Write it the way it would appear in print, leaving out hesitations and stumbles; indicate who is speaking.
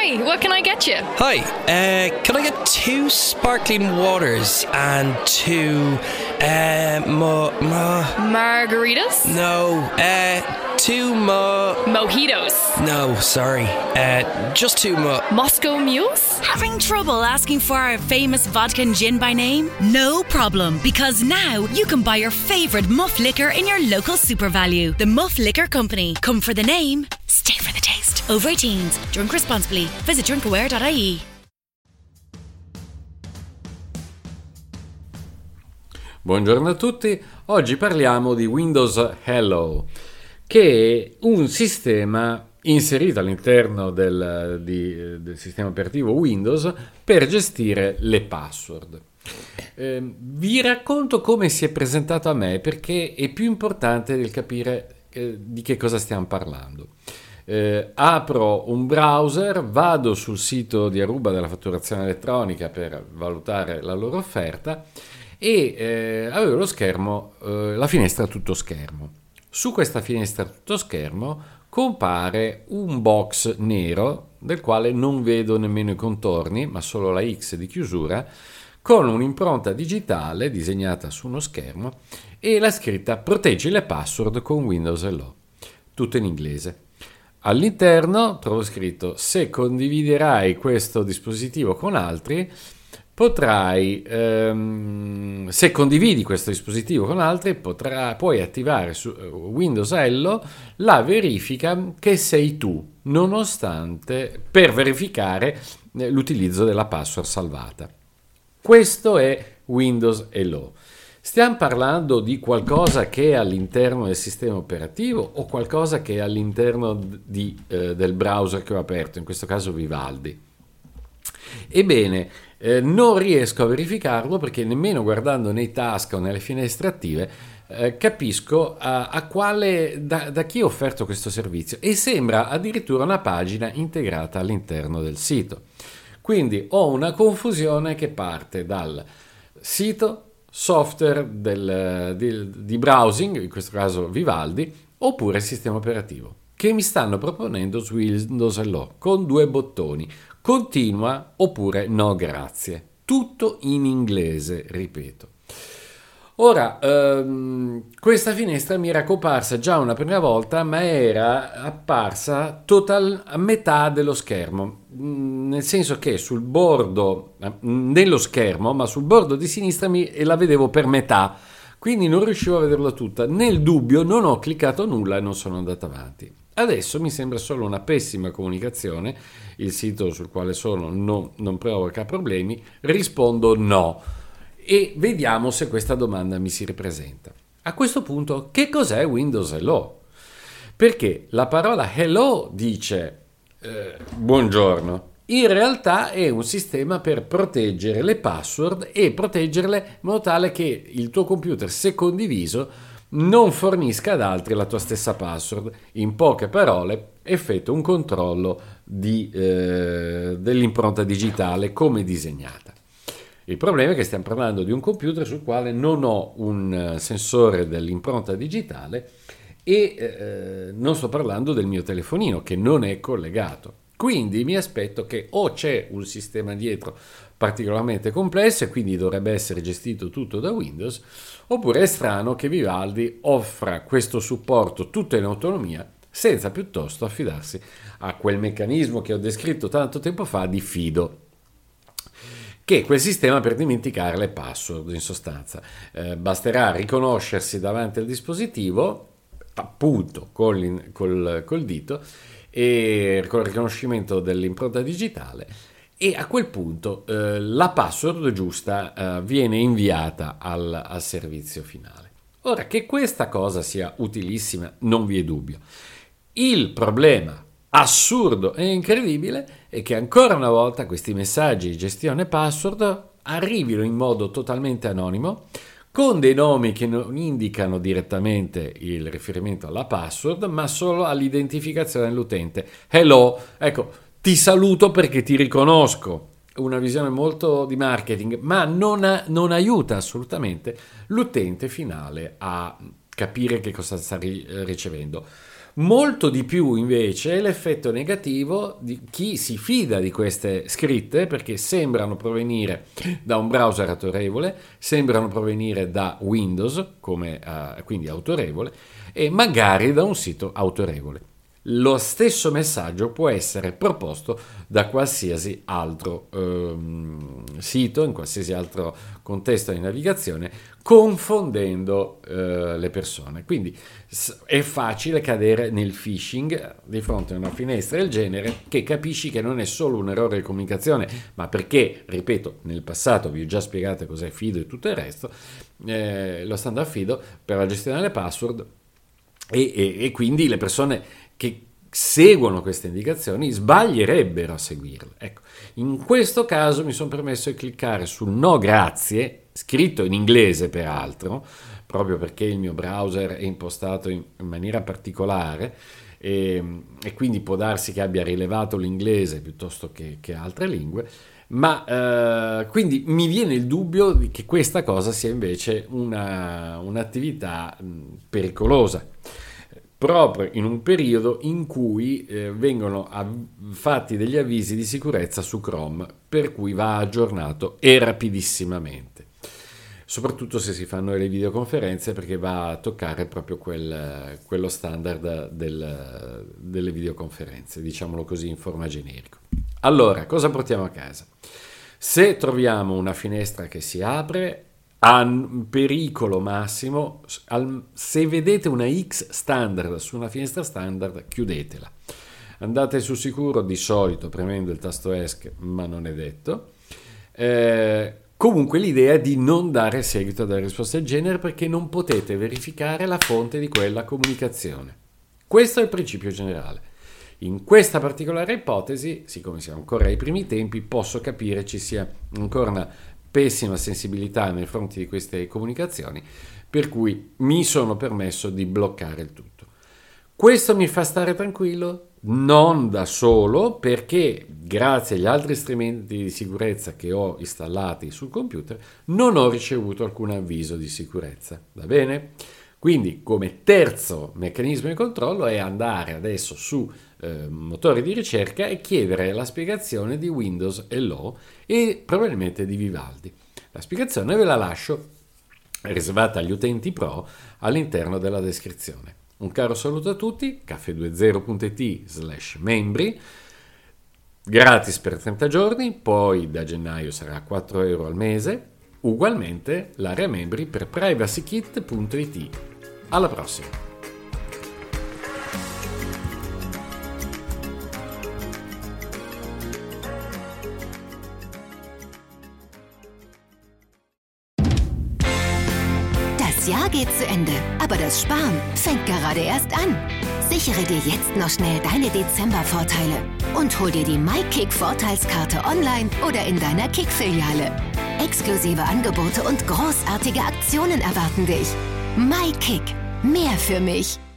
Speaker 1: Hi, what can I get you?
Speaker 2: Hi, can I get 2 sparkling waters and 2,
Speaker 1: Margaritas?
Speaker 2: no, 2
Speaker 1: Mojitos?
Speaker 2: no, sorry, just 2
Speaker 1: Moscow Mules?
Speaker 3: Having trouble asking for our famous vodka and gin by name? No problem, because now you can buy your favourite Muff liquor in your local SuperValu. The Muff Liquor Company. Come for the name, stay for the taste. Over 18s. Drink responsibly. Visit drinkaware.ie.
Speaker 4: Buongiorno a tutti, oggi parliamo di Windows Hello, che è un sistema inserito all'interno del sistema operativo Windows per gestire le password. Vi racconto come si è presentato a me perché è più importante del capire di che cosa stiamo parlando. Apro un browser, vado sul sito di Aruba della fatturazione elettronica per valutare la loro offerta e avevo lo schermo, la finestra a tutto schermo. Su questa finestra a tutto schermo compare un box nero del quale non vedo nemmeno i contorni, ma solo la X di chiusura, con un'impronta digitale disegnata su uno schermo e la scritta "Proteggi le password con Windows Hello", tutto in inglese. All'interno trovo scritto: se condividerai questo dispositivo con altri, potrai, se condividi questo dispositivo con altri, puoi attivare su Windows Hello la verifica che sei tu, nonostante, per verificare l'utilizzo della password salvata. Questo è Windows Hello. Stiamo parlando di qualcosa che è all'interno del sistema operativo o qualcosa che è all'interno del browser che ho aperto, in questo caso Vivaldi? Ebbene, non riesco a verificarlo perché nemmeno guardando nei task o nelle finestre attive capisco da chi ho offerto questo servizio, e sembra addirittura una pagina integrata all'interno del sito. Quindi ho una confusione che parte dal sito, software di browsing, in questo caso Vivaldi, oppure sistema operativo, che mi stanno proponendo su Windows Hello con 2 bottoni: continua oppure no grazie, tutto in inglese, ripeto. Ora, questa finestra mi era comparsa già una prima volta, ma era apparsa a metà dello schermo, nel senso che sul bordo, nello schermo, ma sul bordo di sinistra la vedevo per metà, quindi non riuscivo a vederla tutta. Nel dubbio non ho cliccato nulla e non sono andato avanti. Adesso mi sembra solo una pessima comunicazione, il sito sul quale sono non provoca problemi, rispondo no e vediamo se questa domanda mi si ripresenta. A questo punto, che cos'è Windows Hello? Perché la parola hello dice buongiorno, in realtà è un sistema per proteggere le password e proteggerle in modo tale che il tuo computer, se condiviso, non fornisca ad altri la tua stessa password. In poche parole, effettua un controllo dell'impronta digitale come disegnata. Il problema è che stiamo parlando di un computer sul quale non ho un sensore dell'impronta digitale e non sto parlando del mio telefonino che non è collegato. Quindi mi aspetto che o c'è un sistema dietro particolarmente complesso e quindi dovrebbe essere gestito tutto da Windows, oppure è strano che Vivaldi offra questo supporto tutto in autonomia senza piuttosto affidarsi a quel meccanismo che ho descritto tanto tempo fa di fido, che è quel sistema per dimenticare le password. In sostanza basterà riconoscersi davanti al dispositivo, appunto col dito e col riconoscimento dell'impronta digitale, e a quel punto la password giusta viene inviata al servizio finale. Ora, che questa cosa sia utilissima non vi è dubbio. Il problema assurdo e incredibile è che ancora una volta questi messaggi di gestione password arrivino in modo totalmente anonimo, con dei nomi che non indicano direttamente il riferimento alla password, ma solo all'identificazione dell'utente. Hello, ecco, ti saluto perché ti riconosco. Una visione molto di marketing, ma non aiuta assolutamente l'utente finale a capire che cosa sta ricevendo. Molto di più invece è l'effetto negativo di chi si fida di queste scritte, perché sembrano provenire da un browser autorevole, sembrano provenire da Windows, quindi autorevole, e magari da un sito autorevole. Lo stesso messaggio può essere proposto da qualsiasi altro sito, in qualsiasi altro contesto di navigazione, confondendo le persone. Quindi è facile cadere nel phishing di fronte a una finestra del genere, che capisci che non è solo un errore di comunicazione, ma perché, ripeto, nel passato vi ho già spiegato cos'è FIDO e tutto il resto, lo standard FIDO per la gestione delle password, e quindi le persone che seguono queste indicazioni sbaglierebbero a seguirle. Ecco, in questo caso mi sono permesso di cliccare sul no grazie, scritto in inglese peraltro, proprio perché il mio browser è impostato in maniera particolare, e quindi può darsi che abbia rilevato l'inglese piuttosto che altre lingue, ma quindi mi viene il dubbio che questa cosa sia invece un'attività pericolosa, proprio in un periodo in cui vengono fatti degli avvisi di sicurezza su Chrome, per cui va aggiornato e rapidissimamente, soprattutto se si fanno le videoconferenze, perché va a toccare proprio quello standard delle videoconferenze, diciamolo così in forma generica. Allora, cosa portiamo a casa? Se troviamo una finestra che si apre, a pericolo massimo, se vedete una X standard su una finestra standard, chiudetela. Andate sul sicuro, di solito premendo il tasto ESC, ma non è detto. Comunque l'idea è di non dare seguito a delle risposte del genere, perché non potete verificare la fonte di quella comunicazione. Questo è il principio generale. In questa particolare ipotesi, siccome siamo ancora ai primi tempi, posso capire ci sia ancora una pessima sensibilità nei fronti di queste comunicazioni, per cui mi sono permesso di bloccare il tutto. Questo mi fa stare tranquillo? Non da solo, perché grazie agli altri strumenti di sicurezza che ho installati sul computer non ho ricevuto alcun avviso di sicurezza. Va bene? Quindi, come terzo meccanismo di controllo, è andare adesso su motori di ricerca e chiedere la spiegazione di Windows Hello e probabilmente di Vivaldi. La spiegazione ve la lascio riservata agli utenti pro all'interno della descrizione. Un caro saluto a tutti, caffè20.it/membri, gratis per 30 giorni, poi da gennaio sarà 4 euro al mese, ugualmente l'area membri per privacykit.it. Alla prossima!
Speaker 5: Das Jahr geht zu Ende, aber das Sparen fängt gerade erst an. Sichere dir jetzt noch schnell deine Dezember-Vorteile und hol dir die MyKick-Vorteilskarte online oder in deiner Kick-Filiale. Exklusive Angebote und großartige Aktionen erwarten dich. MyKick. Mehr für mich.